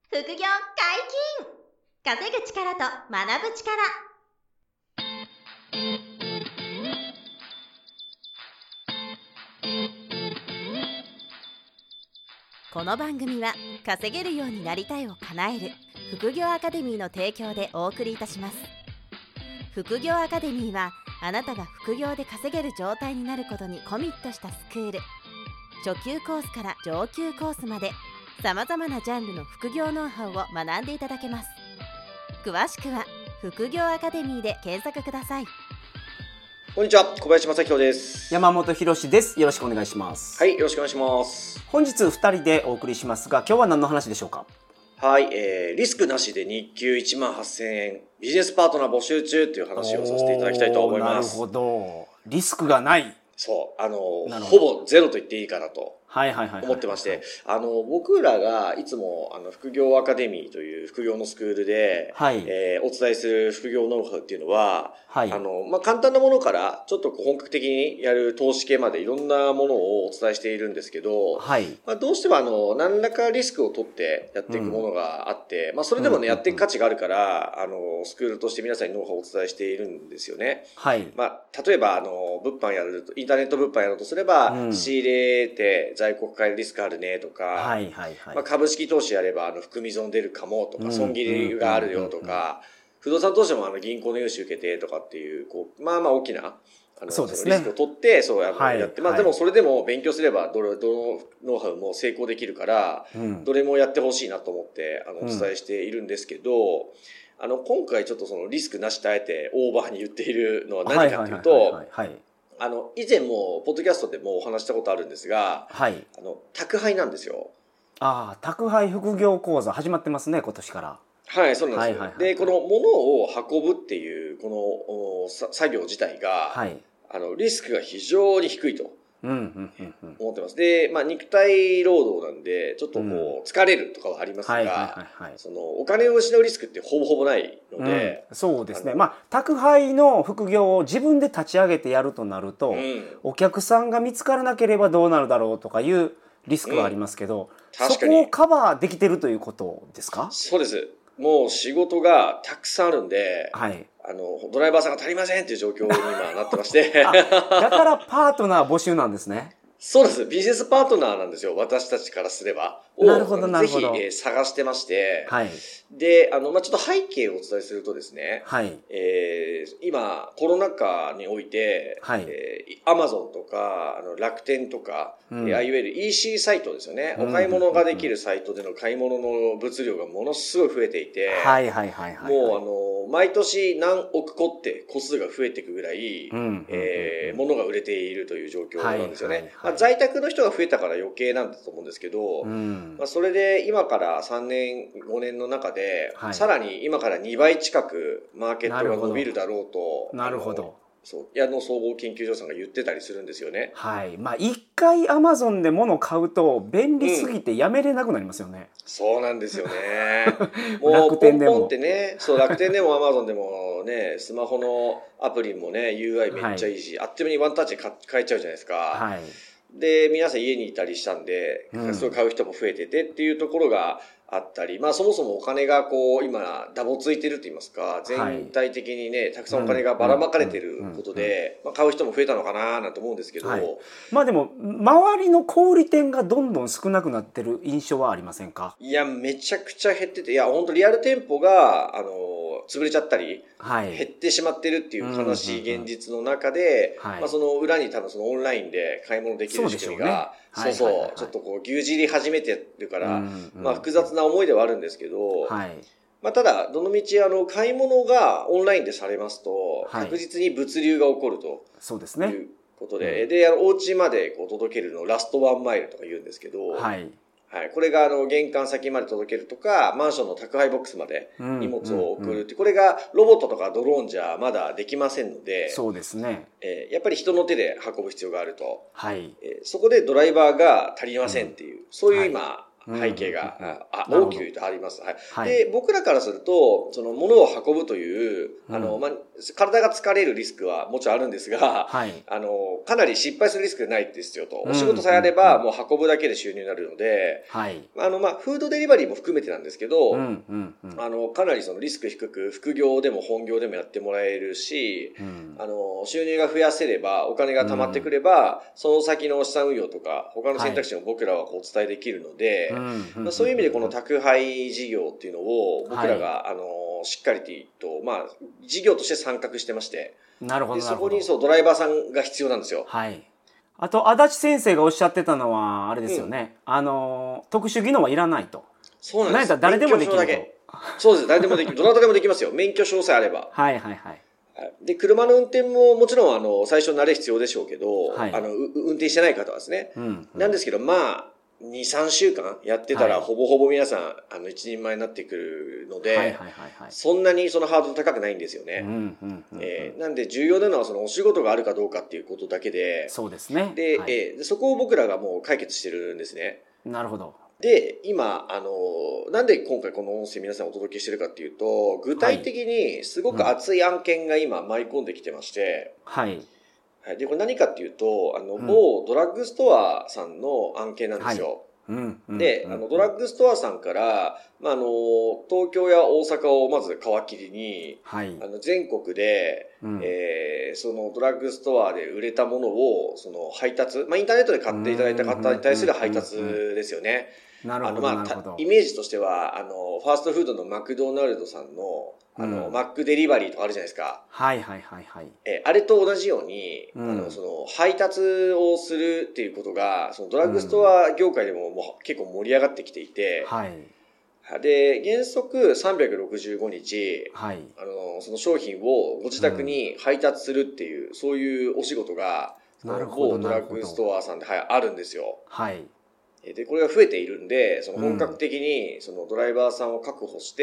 副業解禁、稼ぐ力と学ぶ力。この番組は稼げるようになりたいを叶える副業アカデミーの提供でお送りいたします。副業アカデミーはあなたが副業で稼げる状態になることにコミットしたスクール。初級コースから上級コースまでさまざまなジャンルの副業ノウハウを学んでいただけます。詳しくは副業アカデミーで検索ください。 こんにちは、小林正弘です。 山本博です。よろしくお願いします。 はい、よろしくお願いします。 本日2人でお送りしますが、今日は何の話でしょうか？ はい、リスクなしで日給18,000円ビジネスパートナー募集中という話をさせていただきたいと思います。 なるほど。リスクがない。 そう、ほぼゼロと言っていいかなと思ってまして、僕らがいつも副業アカデミーという副業のスクールで、 はい、 お伝えする副業ノウハウっていうのは、 はい、 簡単なものからちょっと本格的にやる投資系までいろんなものをお伝えしているんですけど、 はい、 どうしても何らかリスクを取ってやっていくものがあって、それでもね、やっていく価値があるから、スクールとして皆さんにノウハウをお伝えしているんですよね。 はい。 例えば物販やると、インターネット物販やろうとすれば、仕入れて在庫抱えるリスクあるねとか、 はいはいはい。 株式投資やれば含み損出るかもとか、損切りがあるよとか、不動産投資も銀行の融資受けてとかっていう、大きなそうですね、 リスクを取ってやって、でもそれでも勉強すればどのノウハウも成功できるから、どれもやってほしいなと思ってお伝えしているんですけど、今回ちょっとそのリスクなしとあえてオーバーに言っているのは何かというと、以前もポッドキャストでもお話したことあるんですが、 はい、 宅配なんですよ。 宅配副業講座始まってますね、今年から。 はい、そうなんですよ。で、この物を運ぶっていうこの作業自体が、はい、リスクが非常に低いと思ってます。で、肉体労働なんでちょっと疲れるとかはありますが、そのお金を失うリスクってほぼほぼないので、 そうですね。宅配の副業を自分で立ち上げてやるとなると、お客さんが見つからなければどうなるだろうとかいうリスクはありますけど、そこをカバーできてるということですか？ そうです。もう仕事がたくさんあるんで、 はい、 ドライバーさんが足りませんっていう状況に今なってましてだからパートナー募集なんですね。 そうです。ビジネスパートナーなんですよ。私たちからすれば。 なるほど、なるほど。 ぜひ、探してまして。 はい。 で、ちょっと背景をお伝えするとですね。 はい。 今、コロナ禍において、 はい。 Amazon とか、楽天とか、いわゆる EC サイトですよね。お買い物ができるサイトでの買い物の物量がものすごい増えていて。 はいはいはいはい。 もう、毎年何億個って個数が増えていくぐらい、物が売れているという状況なんですよね。在宅の人が増えたから余計なんだと思うんですけど、それで今から3年、5年の中で、さらに今から2倍近くマーケットが伸びるだろうと。 なるほど。 矢野総合研究所さんが言ってたりするんですよね。 はい。一回 Amazon で物を買うと便利すぎてやめれなくなりますよね。 そうなんですよね。 もう楽天でも。 ポンポンってね、楽天でも Amazon でもね、スマホのアプリもね、UI めっちゃいいし、あっという間にワンタッチで買えちゃうじゃないですか。はい。で、皆さん家にいたりしたんで、それ買う人も増えててっていうところがあったり、そもそもお金が今、ダボついてると言いますか、全体的にね、たくさんお金がばらまかれてることで、買う人も増えたのかななんて思うんですけど。 でも、周りの小売店がどんどん少なくなってる印象はありませんか？ いや、めちゃくちゃ減ってて、いや、本当リアル店舗が、潰れちゃったり、減ってしまってるっていう悲しい現実の中で、その裏に多分そのオンラインで買い物できる仕組みが、ちょっと牛耳り始めてるから、複雑な思いではあるんですけど、ただ、どのみち買い物がオンラインでされますと、確実に物流が起こると。 そうですね。 いうことで、お家まで届けるのをラストワンマイルとか言うんですけど、これが玄関先まで届けるとか、マンションの宅配ボックスまで荷物を送るって、これがロボットとかドローンじゃまだできませんので、 そうですね。 やっぱり人の手で運ぶ必要があると。そこでドライバーが足りませんっていう、そういう今、 背景が、大きく言うとあります。はい。で、僕らからすると、その物を運ぶという、体が疲れるリスクはもちろんあるんですが、かなり失敗するリスクがないですよと。お仕事さえあれば、もう運ぶだけで収入になるので、フードデリバリーも含めてなんですけど、かなりそのリスク低く、副業でも本業でもやってもらえるし、収入が増やせれば、お金が貯まってくれば、その先の資産運用とか、他の選択肢も僕らはお伝えできるので、そういう意味でこの宅配事業っていうのを僕らが、しっかりと、事業として参画してまして。 なるほど。 そこにドライバーさんが必要なんですよ。 はい。あと、足立先生がおっしゃってたのは、あれですよね。特殊技能はいらないと。 そうなんです。 なんやったら誰でもできると。 そうです。誰でもできる。どなたでもできますよ。免許証さえあれば。 はいはいはい。 で、車の運転ももちろん最初慣れ必要でしょうけど、運転してない方はですね。なんですけど、2、3週間やってたら、ほぼほぼ皆さん、一人前になってくるので、そんなにそのハードル高くないんですよね。なんで重要なのはそのお仕事があるかどうかっていうことだけで、 そうですね。 で、そこを僕らがもう解決してるんですね。 なるほど。 で、今、なんで今回この音声皆さんお届けしてるかっていうと、具体的にすごく熱い案件が今舞い込んできてまして、で、これ何かっていうと、某ドラッグストアさんの案件なんですよ。で、ドラッグストアさんから、東京や大阪をまず皮切りに、全国で、そのドラッグストアで売れたものを、その配達、インターネットで買っていただいた方に対する配達ですよね。 なるほど。 イメージとしては、ファーストフードのマクドナルドさんの、マックデリバリーとかあるじゃないですか。あれと同じように、その配達をするっていうことが、そのドラッグストア業界でももう結構盛り上がってきていて、で、原則365日、その商品をご自宅に配達するっていう、そういうお仕事が、某ドラッグストアさんで、あるんですよ。で、これが増えているんで、その本格的にそのドライバーさんを確保して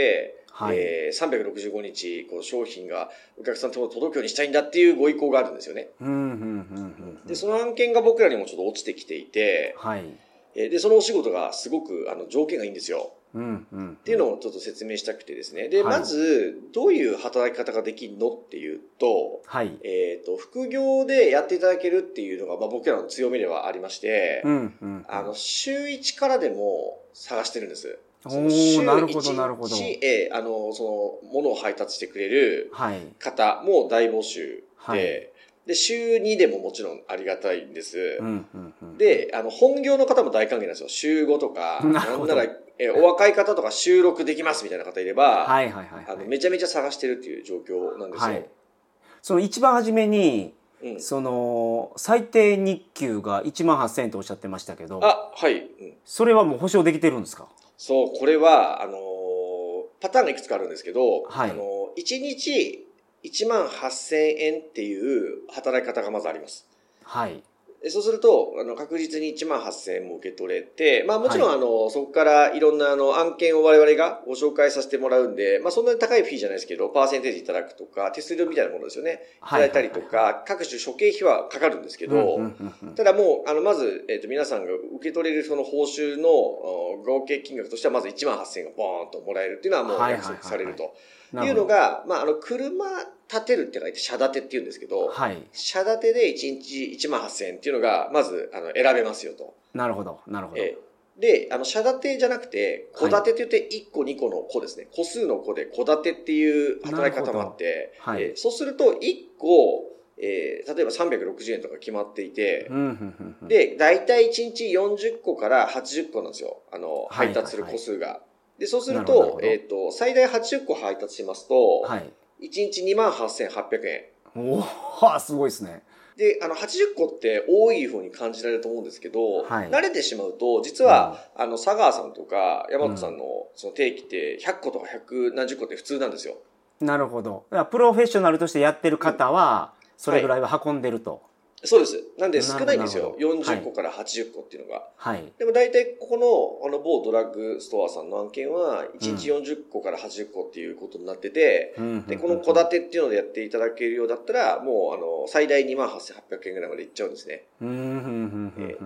、365日こう商品がお客さんのところに届くようにしたいんだっていうご意向があるんですよね。で、その案件が僕らにもちょっと落ちてきていて、で、そのお仕事がすごく条件がいいんですよ。っていうのをちょっと説明したくてですね。で、まず、どういう働き方ができるのっていうと、副業でやっていただけるっていうのが、僕らの強みではありまして、週1からでも探してるんです。週1日、その、物を配達してくれる方も大募集で、で、週2でももちろんありがたいんです。で、本業の方も大歓迎なんですよ。週5とか、なんなら、お若い方とか週6できますみたいな方いれば、めちゃめちゃ探してるっていう状況なんですよ。 その一番初めに、その、最低日給が18,000円とおっしゃってましたけど、それはもう保証できてるんですか？ そう、これは、パターンがいくつかあるんですけど、1日、18,000円っていう働き方がまずあります。そうすると、確実に18,000円も受け取れて、もちろん、そこからいろんな案件を我々がご紹介させてもらうんで、そんなに高いフィーじゃないですけど、パーセンテージいただくとか、手数料みたいなものですよね。いただいたりとか、各種諸経費はかかるんですけど、ただもう、まず、皆さんが受け取れるその報酬の合計金額としては、まず18,000円がボーンともらえるっていうのはもう約束されると。いうのが、車立てるって書いて、車立てって言うんですけど、車立てで1日18,000円っていうのが、まず、選べますよと。 なるほど。 で、車立てじゃなくて、戸建てって言って1個2個の個ですね。個数の個で戸建てっていう働き方もあって、そうすると1個、例えば360円とか決まっていて、で、だいたい1日40個から80個なんですよ。配達する個数が。で、そうすると、最大80個配達しますと、1日28,800円。 すごいですね。 で、80個って多い風に感じられると思うんですけど、慣れてしまうと、実は、佐川さんとか、大和さんのその定期って100個とか100何十個って普通なんですよ。 なるほど。プロフェッショナルとしてやってる方は、それぐらいは運んでると。 そうです。なんで少ないんですよ。40個から80個っていうのが。でも大体ここの某ドラッグストアさんの案件は1日40個から80個っていうことになってて、で、この戸建てっていうのでやっていただけるようだったら、もう最大28,800円ぐらいまでいっちゃうんですね。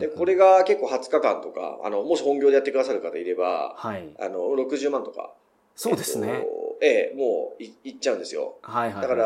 で、これが結構20日間とか、もし本業でやってくださる方いれば、60万とか。 そうですね。 もういっちゃうんですよ。だから、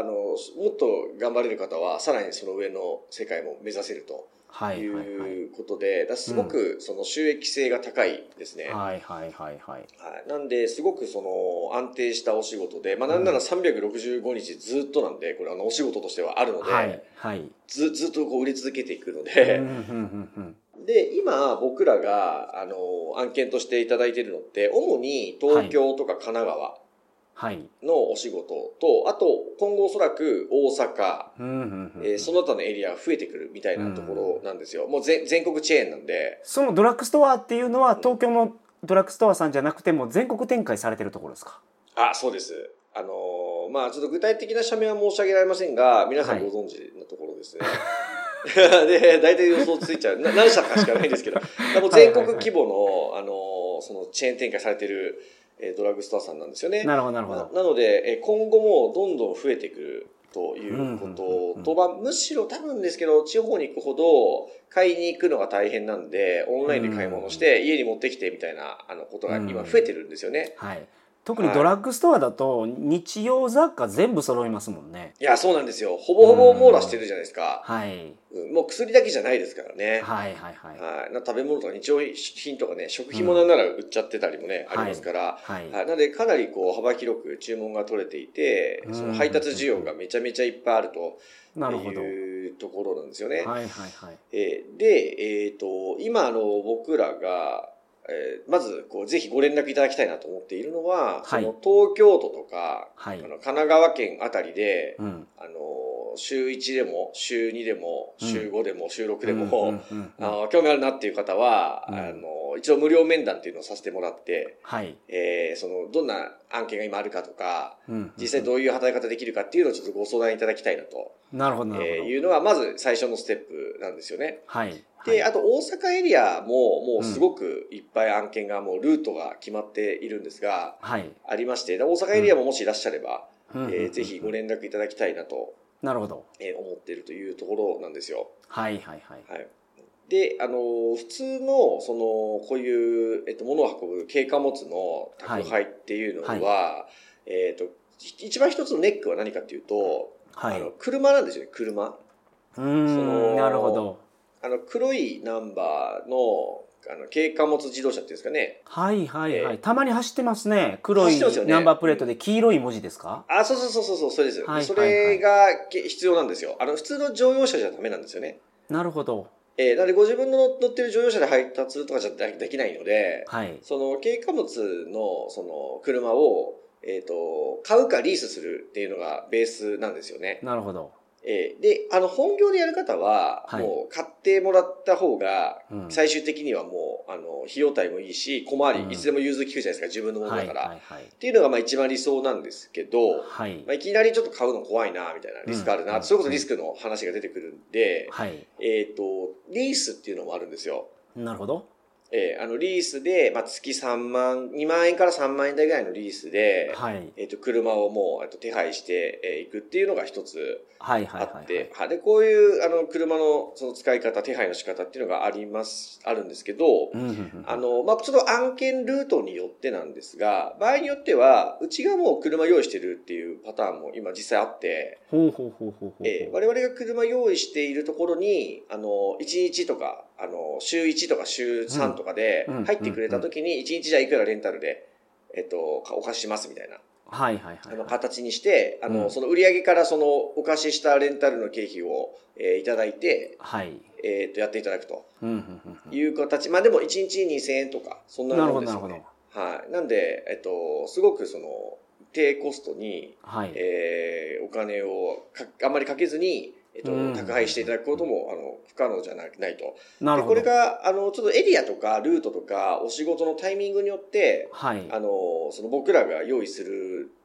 もっと頑張れる方は、さらにその上の世界も目指せると。いうことで、すごくその収益性が高いですね。なんで、すごくその安定したお仕事で、なんなら365日ずっとなんで、これお仕事としてはあるので、ずっとこう売り続けていくので、で、今僕らが案件としていただいているのって、主に東京とか神奈川、のお仕事と、あと今後おそらく大阪、その他のエリアが増えてくるみたいなところなんですよ。もう全国チェーンなんで。 そのドラッグストアっていうのは東京のドラッグストアさんじゃなくても全国展開されてるところですか？ そうです。ちょっと具体的な社名は申し上げられませんが、皆さんご存知のところですね。で、大体予想ついちゃう。何社かしかないんですけど、もう全国規模の、そのチェーン展開されてるドラッグストアさんなんですよね。 なるほど、なるほど。 なので、今後もどんどん増えてくるということと、むしろ多分ですけど、地方に行くほど買いに行くのが大変なんで、オンラインで買い物して家に持ってきてみたいなことが今増えてるんですよね。 特にドラッグストアだと日用雑貨全部揃いますもんね。 いや、そうなんですよ。ほぼほぼ網羅してるじゃないですか。もう薬だけじゃないですからね。食べ物とか日用品とかね、食品もなんなら売っちゃってたりもね、ありますから。なのでかなりこう幅広く注文が取れていて、その配達需要がめちゃめちゃいっぱいあるというところなんですよね。で、今僕らがまずぜひご連絡いただきたいなと思っているのは、その東京都とか、神奈川県あたりで、週1でも週2でも週5でも週6でも興味あるなっていう方は、一応無料面談っていうのをさせてもらって、そのどんな案件が今あるかとか、実際どういう働き方できるかっていうのをちょっとご相談いただきたいなというのはまず最初のステップなんですよね。で、あと大阪エリアもうすごくいっぱい案件がもうルートが決まっているんですが、ありまして、大阪エリアももしいらっしゃれば、ぜひご連絡いただきたいなと思っているというところなんですよ。で、普通のこういう物を運ぶ軽貨物の宅配っていうのは、一番一つのネックは何かっていうと、車なんですよね、車。 なるほど。 黒いナンバーの軽貨物自動車っていうんですかね。 たまに走ってますね。黒いナンバープレートで黄色い文字ですか？ そう、それです。それが必要なんですよ。普通の乗用車じゃダメなんですよね。 なるほど。 なのでご自分の乗ってる乗用車で配達するとかじゃできないので、その軽貨物のその車を買うかリースするっていうのがベースなんですよね。 なるほど。 で、本業でやる方は、もう買ってもらった方が、最終的にはもう、費用対もいいし、小回り、いつでも融通利くじゃないですか、自分のものだから。っていうのが一番理想なんですけど、いきなりちょっと買うの怖いな、みたいな、リスクあるな、それこそリスクの話が出てくるんで、リースっていうのもあるんですよ。 なるほど。 リースで、月2万円から3万円台ぐらいのリースで、車をもう手配していくっていうのが一つあって、で、こういう車のその使い方、手配の仕方っていうのがあるんですけど、ちょっと案件ルートによってなんですが、場合によっては、うちがもう車用意してるっていうパターンも今実際あって、我々が車用意しているところに、1日とか、週1とか週3とかで入ってくれた時に1日じゃいくらレンタルで、お貸ししますみたいな。形にして、その売上からそのお貸ししたレンタルの経費を、いただいて、やっていただくという形。でも1日2000円とか、そんなもんですよね。なんで、すごくその、低コストに、お金をあんまりかけずに、宅配していただくことも不可能じゃないと。でこれがちょっとエリアとかルートとかお仕事のタイミングによって、その僕らが用意する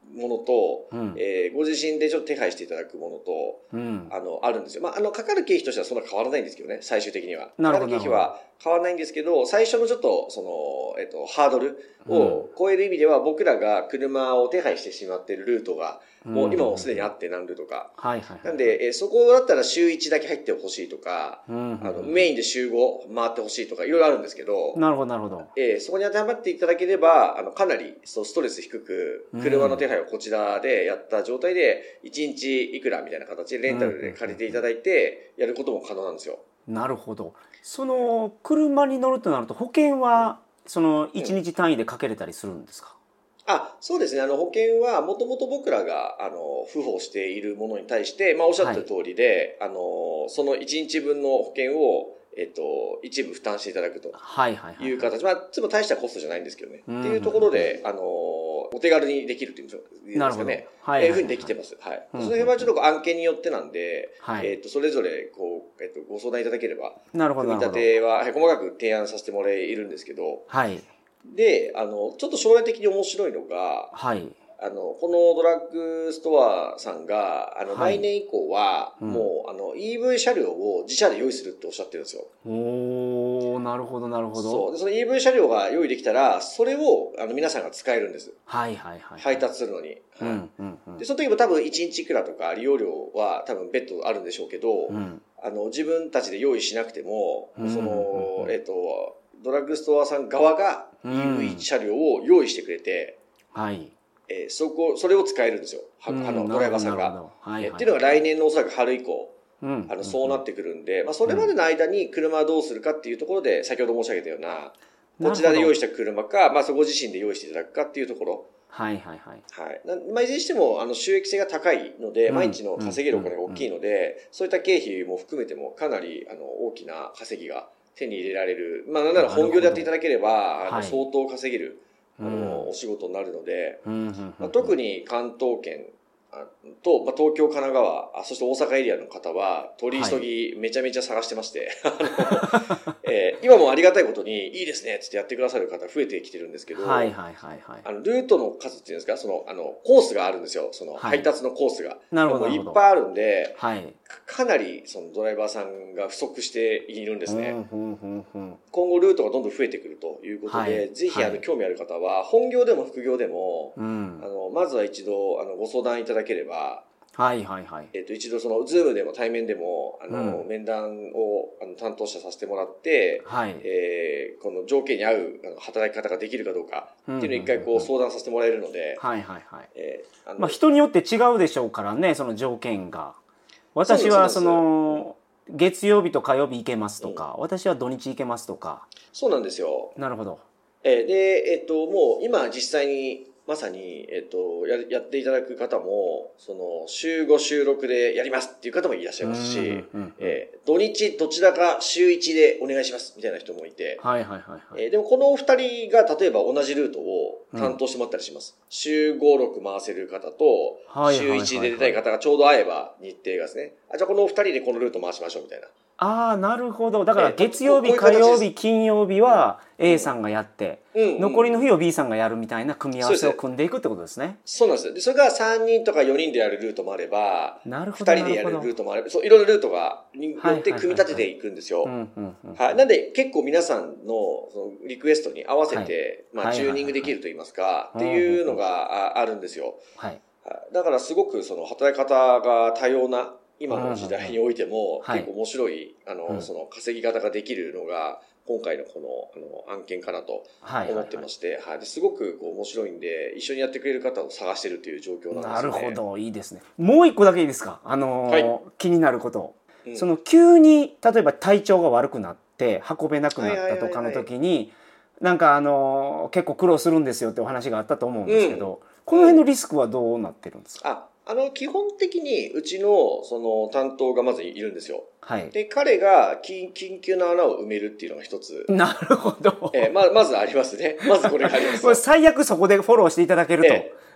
ものと、ご自身でちょっと手配していただくものと、あるんですよ。かかる経費としてはそんな変わらないんですけどね、最終的には。かかる経費は変わらないんですけど、最初のちょっと、ハードルを超える意味では、僕らが車を手配してしまっているルートが、もう今もすでにあって何ルートか。なんで、そこだったら週1だけ入ってほしいとか、メインで週5回ってほしいとか、いろいろあるんですけど、 なるほど、なるほど。 そこに当てはまっていただければ、かなりストレス低く、車の手配をこちらでやった状態で、1日いくらみたいな形でレンタルで借りていただいて、やることも可能なんですよ。 なるほど。その車に乗るとなると、保険はその1日単位でかけれたりするんですか？ そうですね。保険は、もともと僕らが、付保しているものに対して、おっしゃった通りで、その1日分の保険を、一部負担していただくという形。つまり大したコストじゃないんですけどね。っていうところで、お手軽にできるというんですかね。いうふうにできてます。はい。その辺はちょっと案件によってなんで、それぞれ、ご相談いただければ、組み立ては、細かく提案させてもらえるんですけど、で、ちょっと将来的に面白いのが、このドラッグストアさんが、来年以降は、もう、EV 車両を自社で用意するっておっしゃってるんですよ。 なるほど、なるほど。 そう。で、その EV 車両が用意できたら、それを、皆さんが使えるんです。配達するのに。で、その時も多分1日いくらとか利用料は多分別途あるんでしょうけど、自分たちで用意しなくても、ドラッグストアさん側が EV 車両を用意してくれて、それを使えるんですよ。ドライバーさんが。っていうのが来年のおそらく春以降、そうなってくるんで、それまでの間に車をどうするかっていうところで、先ほど申し上げたような、こちらで用意した車か、ご自身で用意していただくかっていうところ。いずれにしても、収益性が高いので、毎日の稼げるお金が大きいので、そういった経費も含めても、かなり、大きな稼ぎが手に入れられる。なんなら本業でやっていただければ、相当稼げる。お仕事になるので、特に関東圏と、東京、神奈川、そして大阪エリアの方は、取り急ぎめちゃめちゃ探してまして、今もありがたいことに、いいですねってやってくださる方増えてきてるんですけど、ルートの数っていうんですか、コースがあるんですよ。配達のコースが。いっぱいあるんで、かなりドライバーさんが不足しているんですね。今後ルートがどんどん増えてくるということで、ぜひ興味ある方は、本業でも副業でも、まずは一度ご相談いただければ、一度ズームでも対面でも、面談を担当者させてもらって、この条件に合う働き方ができるかどうかっていうのを一回相談させてもらえるので、 人によって違うでしょうからね、その条件が。私は月曜日と火曜日行けますとか、私は土日行けますとか。 そうなんですよ。 なるほど。 で、もう今実際にまさに、やっていただく方も、週5、週6でやりますっていう方もいらっしゃいますし、土日どちらか週1でお願いしますみたいな人もいて、でもこのお二人が例えば同じルートを担当してもらったりします。週5、6回せる方と、週1で出たい方がちょうど合えば日程がですね、じゃあこのお二人でこのルート回しましょうみたいな。 なるほど。だから月曜日、火曜日、金曜日は A さんがやって、残りの日を B さんがやるみたいな組み合わせを組んでいくってことですね。 そうなんですよ。で、それが3人とか4人でやるルートもあれば、2人でやるルートもあれば、いろんなルートがによって組み立てていくんですよ。なんで結構皆さんのリクエストに合わせて、チューニングできると言いますか、っていうのがあるんですよ。だからすごく働き方が多様な、今の時代においても結構面白い、稼ぎ方ができるのが今回のこの案件かなと思ってまして、すごく面白いんで一緒にやってくれる方を探してるという状況なんですね。 なるほど、いいですね。もう一個だけいいですか？気になること。急に例えば体調が悪くなって運べなくなったとかの時に、なんか結構苦労するんですよってお話があったと思うんですけど、この辺のリスクはどうなってるんですか？ 基本的にうちの担当がまずいるんですよ。で、彼が緊急な穴を埋めるっていうのが一つ。 なるほど。 まずありますね。まずこれがあります。 これ最悪そこでフォローしていただけると。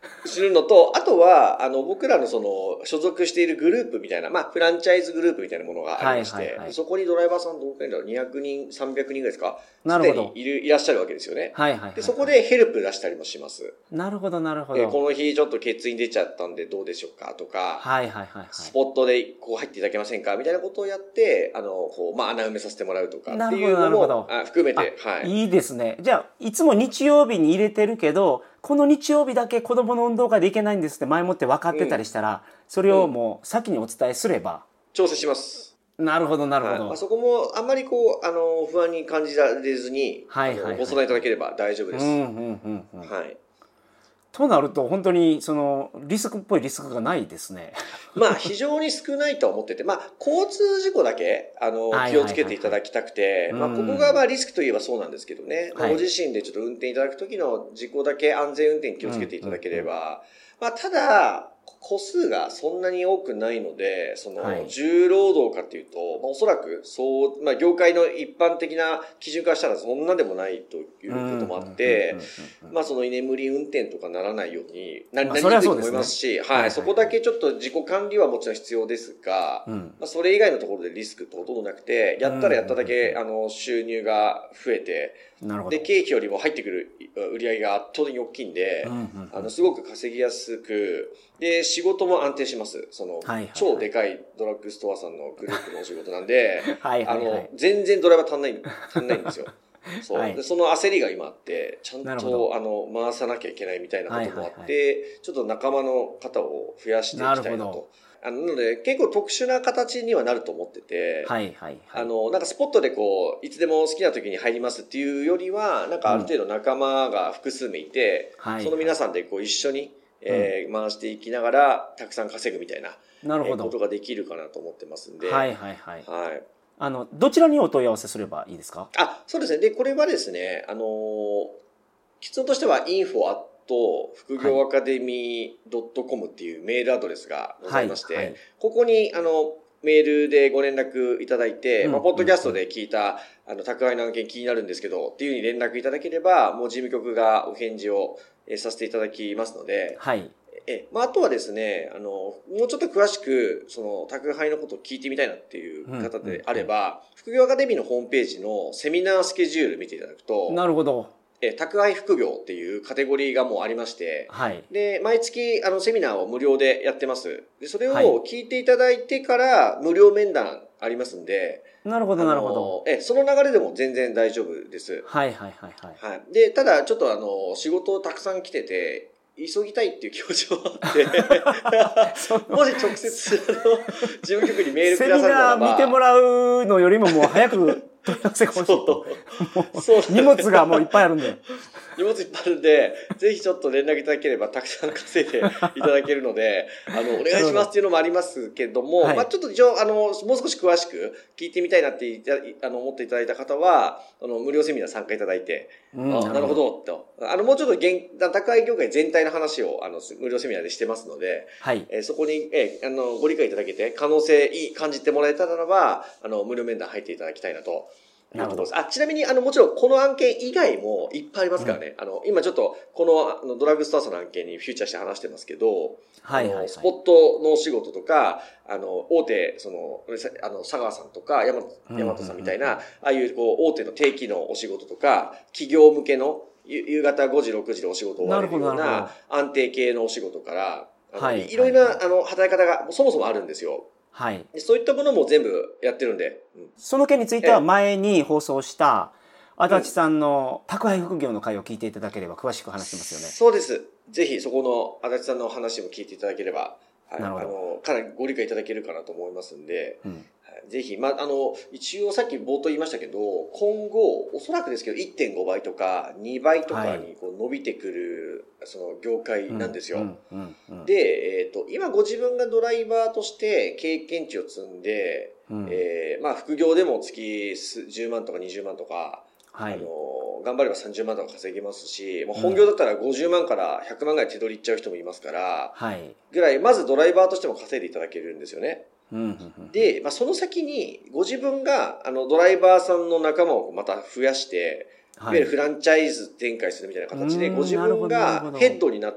するのと、あとは、僕らのその、所属しているグループみたいな、フランチャイズグループみたいなものがありまして、そこにドライバーさんどのくらいだろう、200人、300人ぐらいですか？ なるほど。 すでにいらっしゃるわけですよね。で、そこでヘルプ出したりもします。 なるほど、なるほど。 この日ちょっと欠員出ちゃったんでどうでしょうかとか、スポットでこう入っていただけませんかみたいなことをやって、穴埋めさせてもらうとかっていうのも含めて、 いいですね。じゃあ、いつも日曜日に入れてるけど、この日曜日だけ子供の運動会で行けないんですって前もって分かってたりしたら、それをもう先にお伝えすれば。 調整します。 なるほど、なるほど。 そこもあんまりこう、不安に感じられずに、ご相談いただければ大丈夫です。 となると本当にそのリスクっぽいリスクがないですね。 非常に少ないと思ってて、交通事故だけ気をつけていただきたくて、ここがリスクといえばそうなんですけどね、ご自身でちょっと運転いただく時の事故だけ安全運転に気をつけていただければ、ただ個数がそんなに多くないので、その重労働かっていうと、おそらくそう、業界の一般的な基準からしたらそんなでもないということもあって、その居眠り運転とかならないようになりにくいと思いますし、そこだけちょっと自己管理はもちろん必要ですが、それ以外のところでリスクってほとんどなくて、やったらやっただけ収入が増えて、で、経費よりも入ってくる売り上げが圧倒的に大きいんで、すごく稼ぎやすく、で、仕事も安定します。超でかいドラッグストアさんのグループのお仕事なんで、全然ドライバー足んないんですよ。で、その焦りが今あって、ちゃんと回さなきゃいけないみたいなこともあって、ちょっと仲間の方を増やしていきたいなと。なので、結構特殊な形にはなると思ってて、なんかスポットでこう、いつでも好きな時に入りますっていうよりは、なんかある程度仲間が複数名いて、その皆さんでこう一緒に、回していきながら、たくさん稼ぐみたいなことができるかなと思ってますんで。 どちらにお問い合わせすればいいですか？ そうですね。で、これはですね、結論としては info@ 副業アカデミー .com っていうメールアドレスがございまして、ここにメールでご連絡いただいて、ポッドキャストで聞いた宅配の案件気になるんですけどっていうふうに連絡いただければ、もう事務局がお返事をさせていただきますので、あとはですね、もうちょっと詳しく、その、宅配のことを聞いてみたいなっていう方であれば、副業アカデミーのホームページのセミナースケジュール見ていただくと、 なるほど。 宅配副業っていうカテゴリーがもうありまして、で、毎月、セミナーを無料でやってます。で、それを聞いていただいてから、無料面談ありますんで、 なるほど、なるほど。その流れでも全然大丈夫です。で、ただ、ちょっと仕事たくさん来てて、急ぎたいっていう気持ちもあってもし直接事務局にメールくださるならば、 セミナー見てもらうのよりももう早く問い合わせが欲しいと。荷物がもういっぱいあるんで。 荷物いっぱいあるんで、ぜひちょっと連絡いただければたくさん稼いでいただけるので、お願いしますっていうのもありますけども、ちょっと一応、もう少し詳しく聞いてみたいなって思っていただいた方は、無料セミナー参加いただいなるほど、と。もうちょっと宅配業界全体の話を、無料セミナーでしてますので、そこに、ご理解いただけて、可能性感じてもらえたならば、無料面談入っていただきたいなと。なるほど。ちなみに、もちろん、この案件以外もいっぱいありますからね。今ちょっと、この、ドラッグストアさんの案件にフューチャーして話してますけど、スポットのお仕事とか、大手、佐川さんとか、大和さんみたいな、ああいう、大手の定期のお仕事とか、企業向けの、夕方5時、6時でお仕事終われるような、安定系のお仕事から、いろいろな、働き方がそもそもあるんですよ。そういったものも全部やってるんで。 その件については前に放送した足立さんの宅配副業の回を聞いていただければ詳しく話してますよね。 そうです。ぜひそこの足立さんの話も聞いていただければ、かなりご理解いただけるかなと思いますんで、ぜひ、一応さっき冒頭言いましたけど、今後、おそらくですけど、1.5 倍とか2倍とかに伸びてくる、その業界なんですよ。で、今ご自分がドライバーとして経験値を積んで、副業でも月10万とか20万とか、頑張れば30万とか稼げますし、本業だったら50万から100万ぐらい手取りいっちゃう人もいますから、ぐらい、まずドライバーとしても稼いでいただけるんですよね。で、その先にご自分がドライバーさんの仲間をまた増やして、 いわゆるフランチャイズ展開するみたいな形で、ご自分がヘッドになって、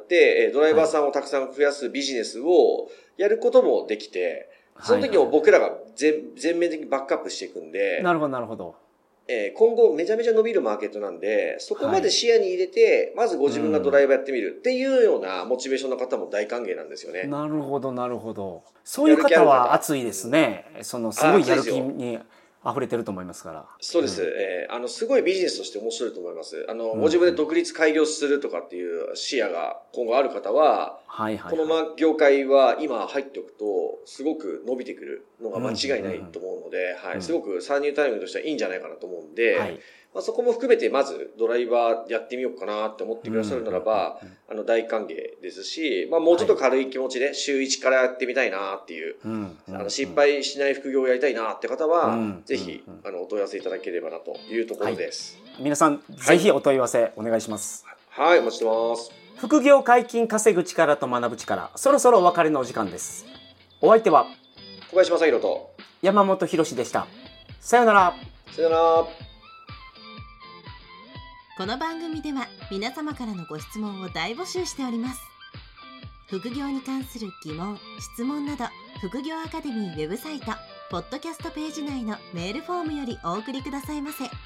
ドライバーさんをたくさん増やすビジネスをやることもできて、その時も僕らが全面的にバックアップしていくんで、 なるほど、なるほど。 今後めちゃめちゃ伸びるマーケットなんで、そこまで視野に入れて、まずご自分がドライバーやってみるっていうようなモチベーションの方も大歓迎なんですよね。 なるほど、なるほど。そういう方は熱いですね。すごいやる気に溢れてると思いますから。 そうです。すごいビジネスとして面白いと思います。ご自分で独立開業するとかっていう視野が今後ある方は、この業界は今入っておくと、すごく伸びてくるのが間違いないと思うので、すごく参入タイミングとしてはいいんじゃないかなと思うんで、そこも含めてまずドライバーやってみようかなって思ってくださるならば、大歓迎ですし、もうちょっと軽い気持ちで週1からやってみたいなっていう、失敗しない副業をやりたいなって方は、ぜひお問い合わせいただければなというところです。 皆さん、ぜひお問い合わせお願いします。 はい、お待ちしてます。 副業解禁、稼ぐ力と学ぶ力、そろそろお別れのお時間です。お相手は小林正弘と山本博史でした。さよなら。 さよなら。 この番組では皆様からのご質問を大募集しております。副業に関する疑問・質問など、副業アカデミーウェブサイトポッドキャストページ内のメールフォームよりお送りくださいませ。